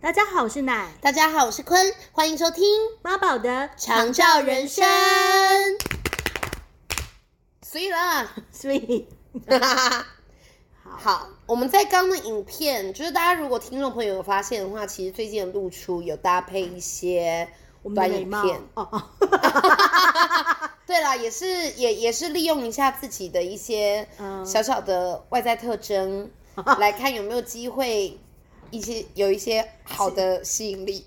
大家好，我是奶。 大家好，我是坤，欢迎收听妈宝的长照人生。所以好，我们在刚的影片，就是大家如果听众朋友有发现的话，其实最近的露出有搭配一些短影片。对啦，也是利用一下自己的一些小小的外在特征，来看有没有机会有一些好的吸引力。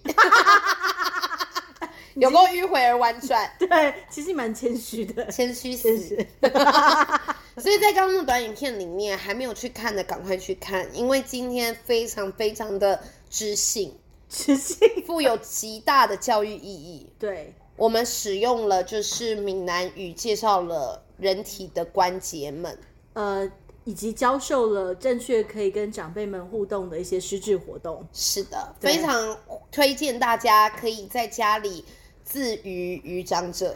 有够迂回而婉转。 对，其实蛮谦虚的， 谦虚死。所以在刚刚的短影片里面，还没有去看的赶快去看，因为今天非常非常的知性，富有极大的教育意义。 对， 我们使用了就是闽南语介绍了人体的关节们， 以及教授了正确可以跟长辈们互动的一些失智活动。 是的，非常推荐大家可以在家里自娱于长者。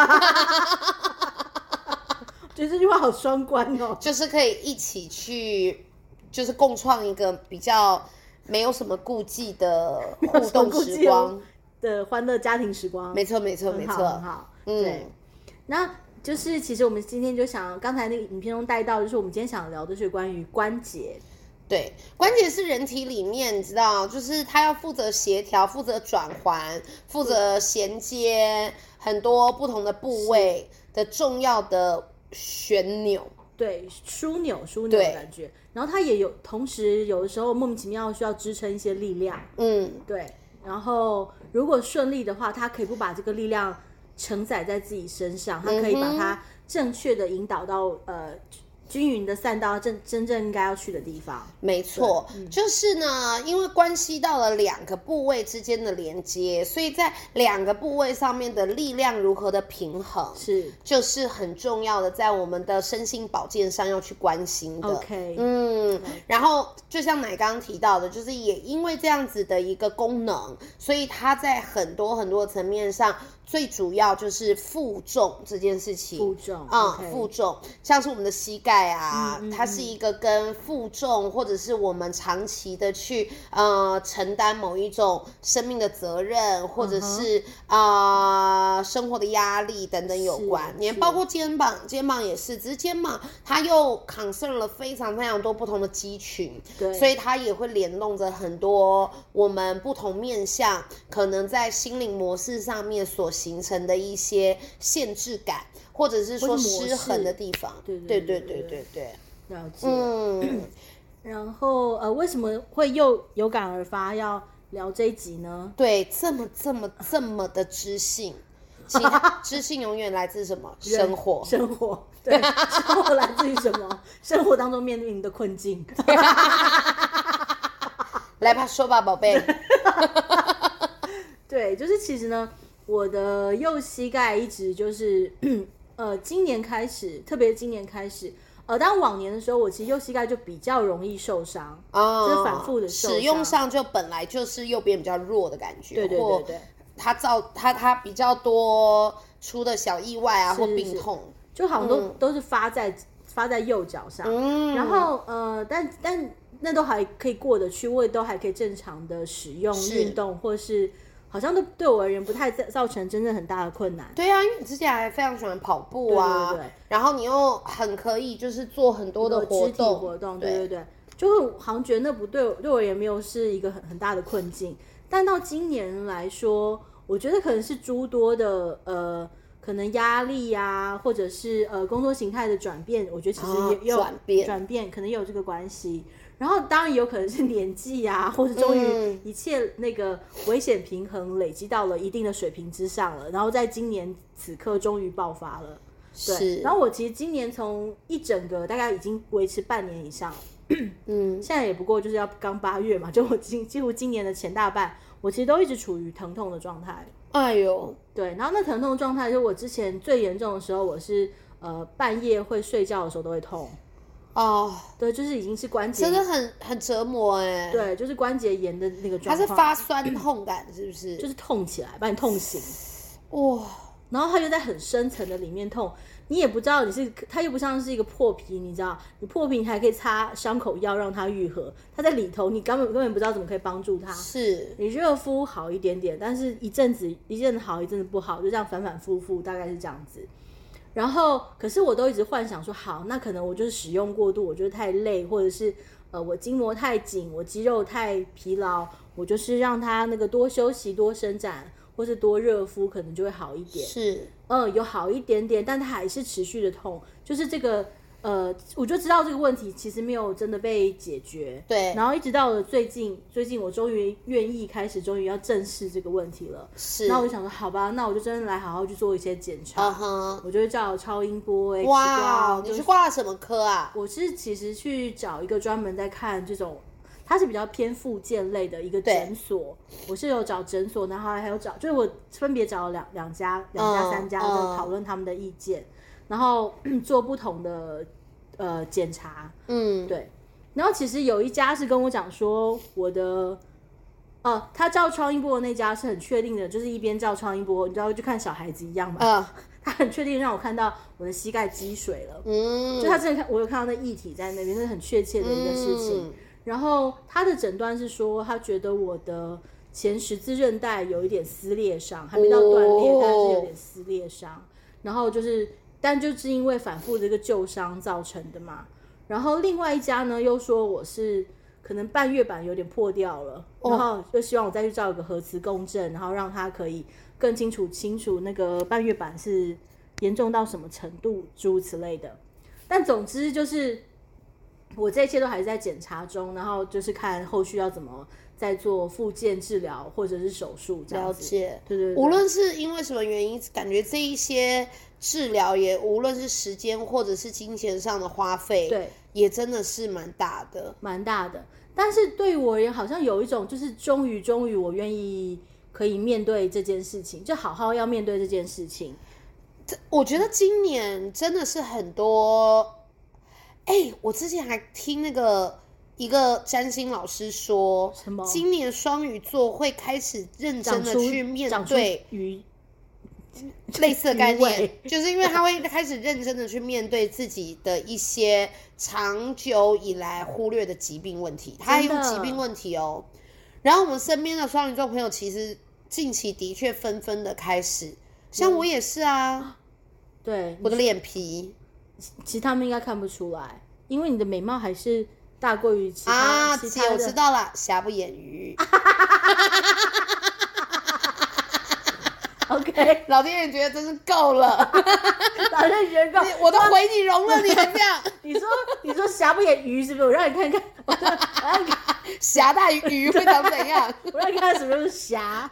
觉得这句话好双关哦， 就是可以一起去，就是共创一个比较没有什么顾忌的互动时光的欢乐家庭时光。 没错，很好。对，那就是其实我们今天就想，刚才那个影片中带到，就是我们今天想聊的是关于关节。 对，关节是人体里面，你知道，就是它要负责协调、负责转环、负责衔接很多不同的部位的重要的旋钮。 对，枢纽的感觉。然后它也有，同时有的时候莫名其妙需要支撑一些力量。对。然后如果顺利的话，它可以不把这个力量承载在自己身上，它可以把它正确的引导到均匀的散到真正应该要去的地方。 没错，就是呢，因为关系到了两个部位之间的连接，所以在两个部位上面的力量如何的平衡，就是很重要的，在我们的身心保健上要去关心的。然后就像奶刚刚提到的，就是也因为这样子的一个功能，所以它在很多很多层面上，最主要就是负重这件事情。负重，像是我们的膝盖啊，它是一个跟负重或者是我们长期的去承担某一种生命的责任，或者是生活的压力等等有关，也包括肩膀也是，只是肩膀它又 concern 了非常非常多不同的肌群，所以它也会联动着很多我们不同面向可能在心灵模式上面所形成的一些限制感，或者是说失衡的地方。对， 了解。然后为什么会又有感而发要聊这一集呢？ 对，这么的知性。其他知性永远来自什么？生活。 对，生活来自于什么？生活当中面临的困境。 来吧，说吧，宝贝。 对，就是其实呢，我的右膝盖一直就是今年开始，特别今年开始，当往年的时候，我其实右膝盖就比较容易受伤，就是反复的受伤， 使用上就本来就是右边比较弱的感觉， 对， 它比较多出的小意外啊，或病痛， 就好像都是发在右脚上，然后但那都还可以过得去，我也都还可以正常的使用运动，或是好像都对我而言不太造成真正很大的困难。 对啊，因为你之前还非常喜欢跑步啊，对，然后你又很可以就是做很多的肢体活动，对，就好像觉得那不对我而言没有是一个很大的困境。但到今年来说，我觉得可能是诸多的可能压力啊，或者是工作形态的转变，我觉得其实也有转变，可能也有这个关系。然后当然有可能是年纪啊，或者终于一切那个危险平衡累积到了一定的水平之上了，然后在今年此刻终于爆发了。对，然后我其实今年从一整个大概已经维持半年以上，现在也不过就是要刚8月嘛，就我几乎今年的前大半，我其实都一直处于疼痛的状态。 哎呦， 对，然后那疼痛的状态，就我之前最严重的时候，我是半夜会睡觉的时候都会痛。对，就是已经是关节， 真的很折磨哎。 对，就是关节炎的那个状况。 它是发酸痛感是不是？ 就是痛起来，把你痛醒。 哇， 然后它又在很深层的里面痛，你也不知道它又不像是一个破皮，你知道，你破皮还可以擦伤口药让它愈合，它在里头你根本不知道怎么可以帮助它。 是你热敷好一点点，但是一阵子好，一阵子不好，就这样反反复复，大概是这样子。然后可是我都一直幻想说，好，那可能我就是使用过度，我就是太累，或者是我筋膜太紧，我肌肉太疲劳，我就是让它那个多休息多伸展或是多热敷可能就会好一点。 是有好一点点，但它还是持续的痛，就是这个我就知道这个问题其实没有真的被解决。 对， 然后一直到了最近我终于愿意终于要正视这个问题了。 是， 那我就想说，好吧，那我就真的来好好去做一些检查。我就会照超音波、X 光。你去挂了什么科啊？ 我是其实去找一个专门在看这种，它是比较偏复健类的一个诊所。我是有找诊所，然后还有找，就是我分别找了两家、3家，就讨论他们的意见，然后做不同的检查。对。然后其实有一家是跟我讲说，我的他照超音波的那家是很确定的，就是一边照超音波，你知道就看小孩子一样嘛。他很确定让我看到我的膝盖积水了。就他真的我有看到那液体在那边，是很确切的一个事情。然后他的诊断是说，他觉得我的前十字韧带有一点撕裂伤，还没到断裂，但是有点撕裂伤。然后但就是因为反复这个旧伤造成的嘛。然后另外一家呢又说我是可能半月板有点破掉了，然后就希望我再去照一个核磁共振，然后让他可以更清楚那个半月板是严重到什么程度，诸如此类的。但总之就是我这一切都还是在检查中，然后就是看后续要怎么再做复健治疗或者是手术这样子。 了解， 对。 无论是因为什么原因，感觉这一些治疗也无论是时间或者是金钱上的花费， 对， 也真的是蛮大的。 但是对于我而言，好像有一种就是终于我愿意可以面对这件事情，就好好要面对这件事情。 我觉得今年真的是很多。我之前还听那个一个占星老师说， 什么今年双鱼座会开始认真的去面对类似的概念，就是因为他会开始认真的去面对自己的一些长久以来忽略的疾病问题，他还用疾病问题哦。然后我们身边的双鱼座朋友其实近期的确纷纷的开始，像我也是啊。 对， 我的脸皮其实他们应该看不出来，因为你的美貌还是大过于其他的。 我知道了，瑕不掩瑜。 OK， 老天爷觉得真是够了。 老天爷觉得够， 我都回你容了，你还这样？ 你说瑕不掩瑜是不是？我让你看看， 瑕大于瑜会长怎样？ 我让你看看什么是瑕。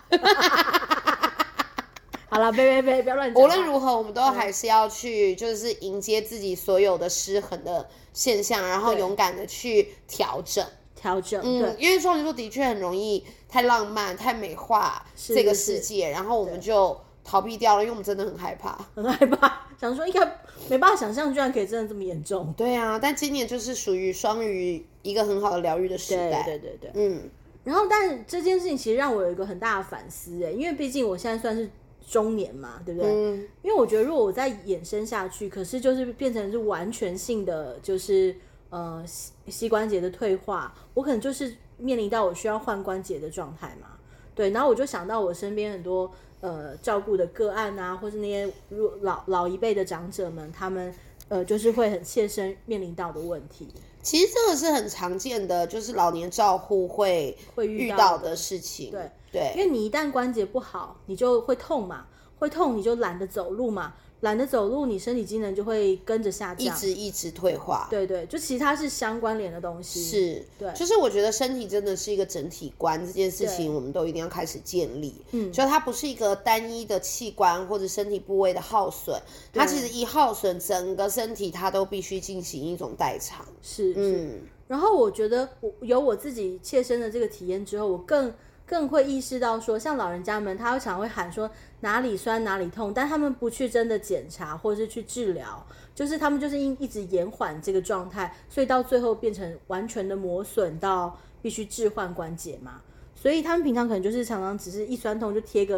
好了，别不要乱讲。 无论如何，我们都还是要去，就是迎接自己所有的失衡的现象，然后勇敢的去调整。 对， 因为双鱼座的确很容易太浪漫、太美化这个世界，然后我们就逃避掉了，因为我们真的很害怕， 想说应该没办法想象，居然可以真的这么严重。 对啊，但今年就是属于双鱼一个很好的疗愈的时代。 对。然后，但这件事情其实让我有一个很大的反思，因为毕竟我现在算是中年嘛，对不对？因为我觉得如果我再衍生下去，可是就是变成是完全性的，就是膝关节的退化，我可能就是面临到我需要换关节的状态嘛。对，然后我就想到我身边很多照顾的个案啊，或是那些老一辈的长者们，他们就是会很切身面临到的问题。 其实这个是很常见的，就是老年照护会遇到的事情。对， 因为你一旦关节不好，你就会痛嘛，会痛你就懒得走路嘛，懒得走路，你身体机能就会跟着下降， 一直退化。 对，就其实它是相关联的东西。 是，对，就是我觉得身体真的是一个整体观，这件事情我们都一定要开始建立。就它不是一个单一的器官或者身体部位的耗损，它其实一耗损，整个身体它都必须进行一种代偿。 是。然后我觉得有我自己切身的这个体验之后，我更会意识到说，像老人家们，他常会喊说哪里酸哪里痛，但他们不去真的检查或者是去治疗，就是他们就是一直延缓这个状态，所以到最后变成完全的磨损到必须置换关节嘛。所以他们平常可能就是常常只是一酸痛就贴个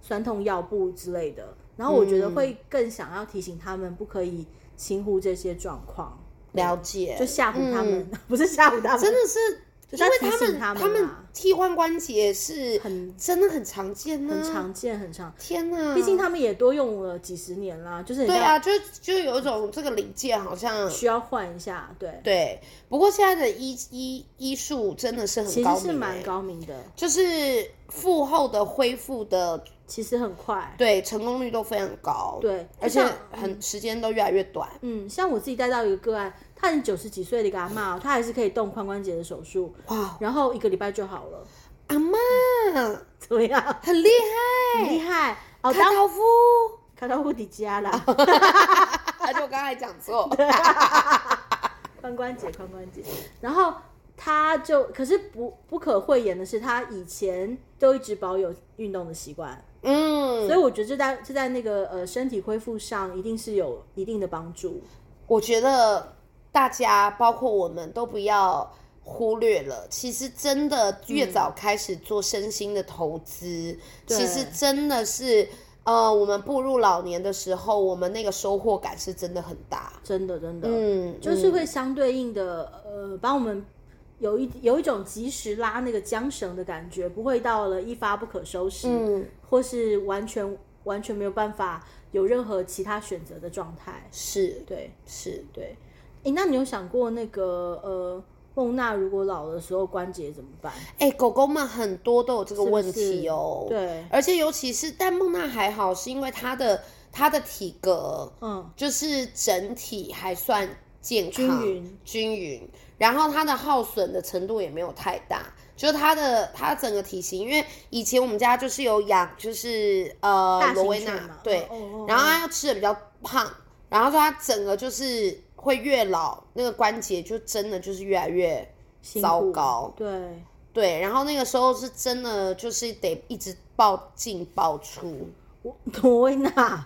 酸痛药布之类的，然后我觉得会更想要提醒他们不可以轻忽这些状况。 了解， 就吓唬他们，不是吓唬他们， 真的是。因为他们替换关节是真的很常见很常见，很常。 天哪！ 毕竟他们也多用了几十年啦，就是对啊，就有一种这个零件好像需要换一下， 对。不过现在的医术真的是很高明， 其实是蛮高明的， 就是术后的恢复的其实很快， 对，成功率都非常高， 对， 而且时间都越来越短。 像我自己带到一个个案。他很90几岁的一个阿嬷，他还是可以动髋关节的手术，哇！然后1个礼拜就好了。 阿嬷怎么样？ 很厉害， 很厉害。 卡刀夫底加啦。 而且我刚才讲错。 髋关节。然后他就，可是不可讳言的是，他以前都一直保有运动的习惯。所以我觉得这在那个身体恢复上，一定是有一定的帮助。 我觉得大家包括我们都不要忽略了，其实真的越早开始做身心的投资，其实真的是我们步入老年的时候，我们那个收获感是真的很大， 真的，就是会相对应的帮我们有一种及时拉那个缰绳的感觉，不会到了一发不可收拾，或是完全没有办法有任何其他选择的状态。对。那你有想过那个孟娜如果老的时候关节怎么办？ 狗狗们很多都有这个问题哦。 对， 而且尤其是，但孟娜还好，是因为她的体格，就是整体还算健康均匀，然后她的耗损的程度也没有太大。就是她整个体型，因为以前我们家就是有养，就是罗威娜，对，然后她要吃的比较胖，然后说她整个就是会越老，那个关节就真的就是越来越糟糕，对，然后那个时候是真的就是得一直爆进爆出。 罗威娜，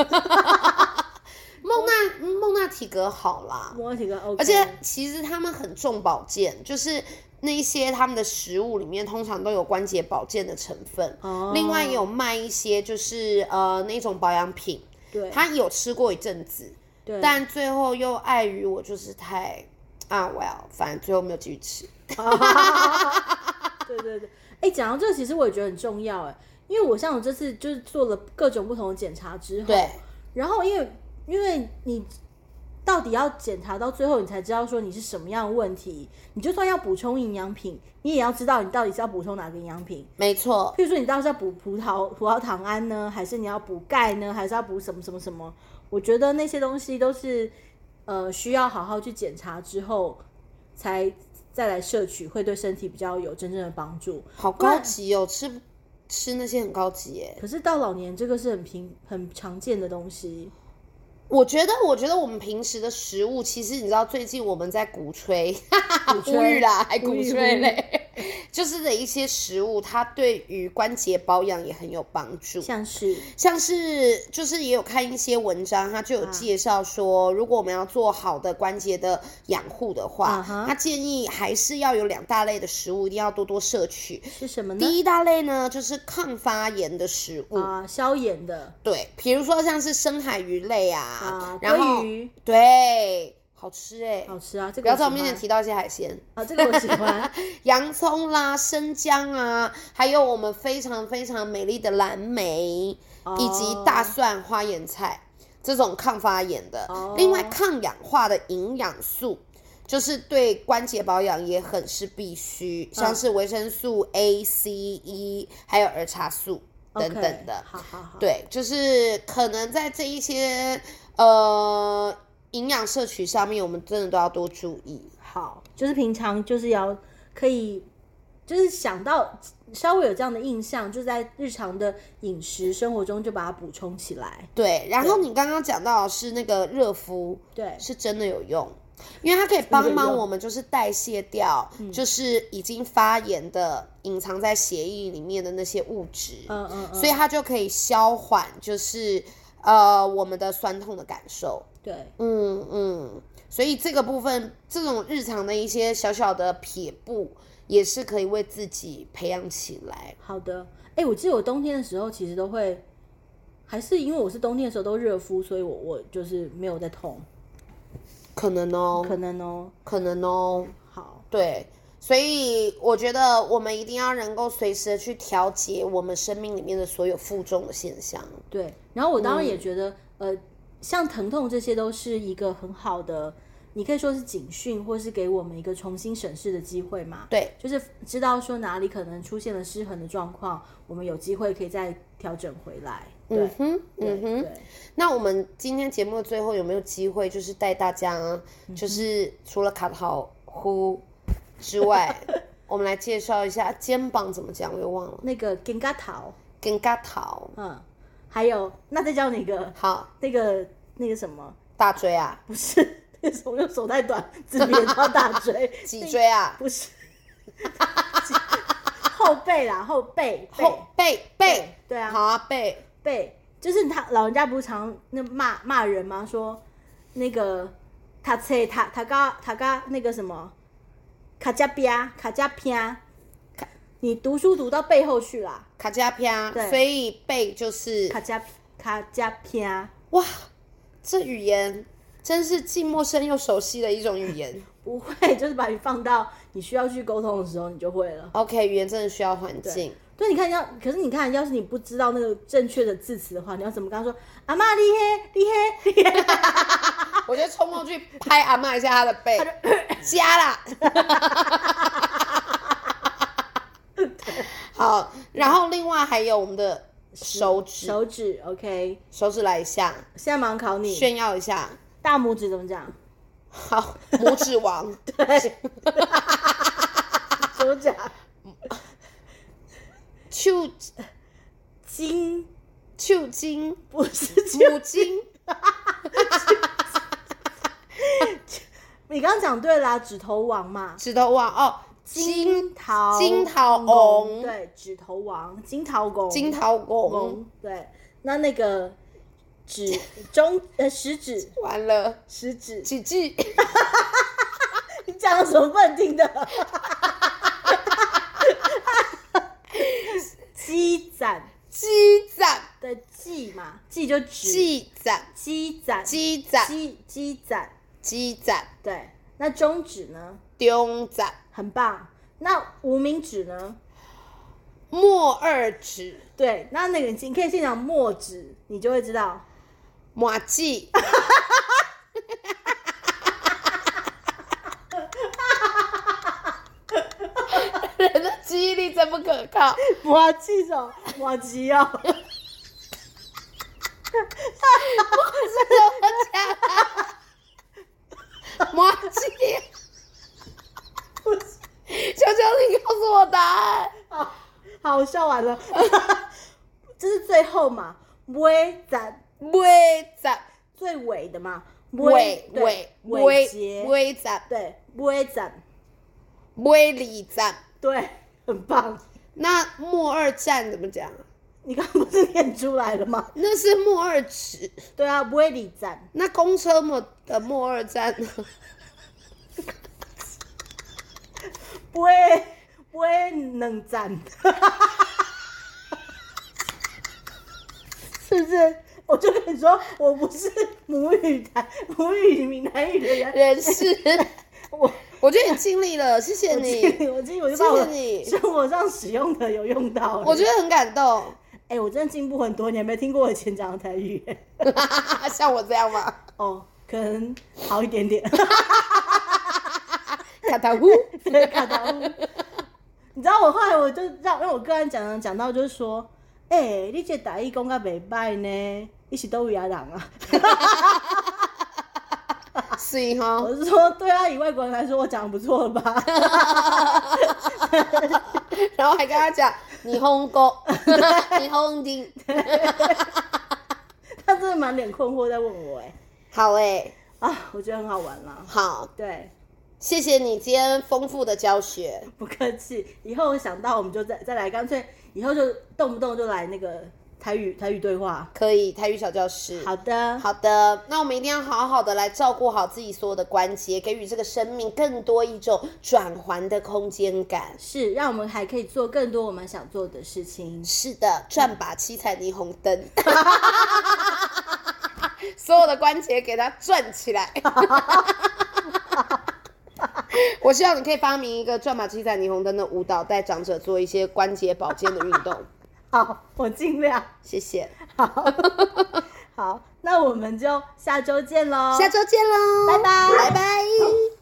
孟娜体格好啦， 孟娜体格 OK， 而且其实他们很重保健，就是那一些他们的食物里面通常都有关节保健的成分，另外也有卖一些就是那种保养品，对，他有吃过一阵子，但最后又碍于我就是太反正最后没有继续吃。 对，讲到这个其实我也觉得很重要，因为我这次就是做了各种不同的检查之后，对，然后因为你到底要检查到最后，你才知道说你是什么样的问题。你就算要补充营养品，你也要知道你到底是要补充哪个营养品。 没错， 譬如说你到底是要补葡萄糖胺呢，还是你要补钙呢，还是要补什么什么什么？我觉得那些东西都是需要好好去检查之后再来摄取，会对身体比较有真正的帮助。 好高级哦，吃那些很高级耶。 可是到老年这个是很常见的东西。 我觉得我们平时的食物，其实你知道，最近我们在鼓吹呼吁啦，还鼓吹嘞，就是的一些食物，它对于关节保养也很有帮助。像是就是也有看一些文章，它就有介绍说，如果我们要做好的关节的养护的话，它建议还是要有2大类的食物，一定要多多摄取。 是什么呢？ 第一大类呢，就是抗发炎的食物消炎的。 对，比如说像是深海鱼类然后鲑鱼， 对，好吃好吃啊！这个不要在我面前提到一些海鲜这个我喜欢。 洋葱啦、生姜还有我们非常非常美丽的蓝莓，以及大蒜、花椰菜这种抗发炎的。另外，抗氧化的营养素，就是对关节保养也很是必须，像是维生素 A、C、E， 还有儿茶素等等的。 好， 对，就是可能在这一些营养摄取上面，我们真的都要多注意。 好，就是平常就是可以就是想到稍微有这样的印象，就在日常的饮食生活中就把它补充起来。 对，然后你刚刚讲到的是那个热敷，对，是真的有用。因为它可以帮忙我们就是代谢掉就是已经发炎的隐藏在血液里面的那些物质，所以它就可以消缓就是我们的酸痛的感受。对，所以这个部分这种日常的一些小小的撇步也是可以为自己培养起来。 好的， 我记得我冬天的时候其实都会，还是因为我是冬天的时候都热敷，所以我就是没有在痛。 可能哦， 可能哦， 可能哦。 好， 对，所以我觉得我们一定要能够随时的去调节我们生命里面的所有负重的现象。 对，然后我当然也觉得，像疼痛这些都是一个很好的，你可以说是警讯，或是给我们一个重新审视的机会嘛。 对， 就是知道说哪里可能出现了失衡的状况，我们有机会可以再调整回来。对，对。 那我们今天节目的最后有没有机会，就是带大家，就是除了卡塔呼之外，我们来介绍一下肩膀怎么讲，我又忘了。 那个肩胛头， 肩胛头， 还有那再教你一个， 好， 那个什么大椎啊？ 不是，那个我手太短，只连到大椎。 脊椎啊？ 不是，后背啦，后背，对啊， 好啊，背。 就是他老人家不是常那骂人吗？说那个他ga 那个什么卡加偏，你读书读到背后去啦， 卡加偏，所以背就是卡加偏。 哇，这语言真是既陌生又熟悉的一种语言。 不会，就是把你放到你需要去沟通的时候，你就会了。 OK， 语言真的需要环境。 对，你看可是你看，要是你不知道那个正确的字词的话，你要怎么跟他说？阿嬷厉害！ 我就冲过去拍阿嬷一下她的背，加啦。好，然后另外还有我们的手指 ，OK， 手指来一下。 现在马上考你， 炫耀一下。 大拇指怎么讲？ 好，拇指王。 对，怎么讲？ 手筋不是母筋。 你刚刚讲对啦，指头王嘛， 指头王哦， 金桃翁， 对，指头王，金桃翁，对，那个食指， 完了， 食指， 几句， 你讲了什么不能听的？鸡展，对，鸡嘛，鸡就指，鸡展，对，那中指呢？ 中指， 很棒。那无名指呢？ 末二指， 对，那个你可以先讲末指，你就会知道。 麻糬。人的记忆力真不可靠。 麻糬哦，麻糬哦。 我是怎么讲？麻糬。求求你告诉我答案。 好，笑完了。这是最后嘛？尾展，最尾的嘛？ 尾展， 对，尾展， 尾里展， 对，很棒。 那末二站怎么讲？ 你刚刚不是念出来了吗？ 那是末二指。 对啊，尾里站。 那公车的末二站呢？ 尾两站。是不是？我就跟你说，我不是母语闽南语的人士。我觉得你尽力了，谢谢你。 我就把我生活上使用的有用到。 我觉得很感动。 我真的进步很多，你还没听过我以前讲的台语。 像我这样吗？ 哦，可能好一点点。 卡塔呼， 对，卡塔呼。你知道我后来我就让我个人讲到就是说，你这台语讲得袂歹呢，你是倒位的人啊？ 是哈。 我是说，对啊，以外国人来说，我讲得不错了吧？ 然后还跟他讲你hongo，你hongi。 他真的满脸困惑在问我好我觉得很好玩啦。 好， 对。 谢谢你今天丰富的教学。 不客气，以后想到我们就再来，干脆以后就动不动就来那个台语对话？ 可以，台语小教室。 好的， 好的，那我们一定要好好的来照顾好自己所有的关节，给予这个生命更多一种转环的空间感。 是，让我们还可以做更多我们想做的事情。 是的，转把七彩霓虹灯。所有的关节给它转起来。我希望你可以发明一个转把七彩霓虹灯的舞蹈，带长者做一些关节保健的运动。 好，我尽量。 谢谢。 好，那我们就下周见咯。 下周见咯， 拜拜， 拜拜。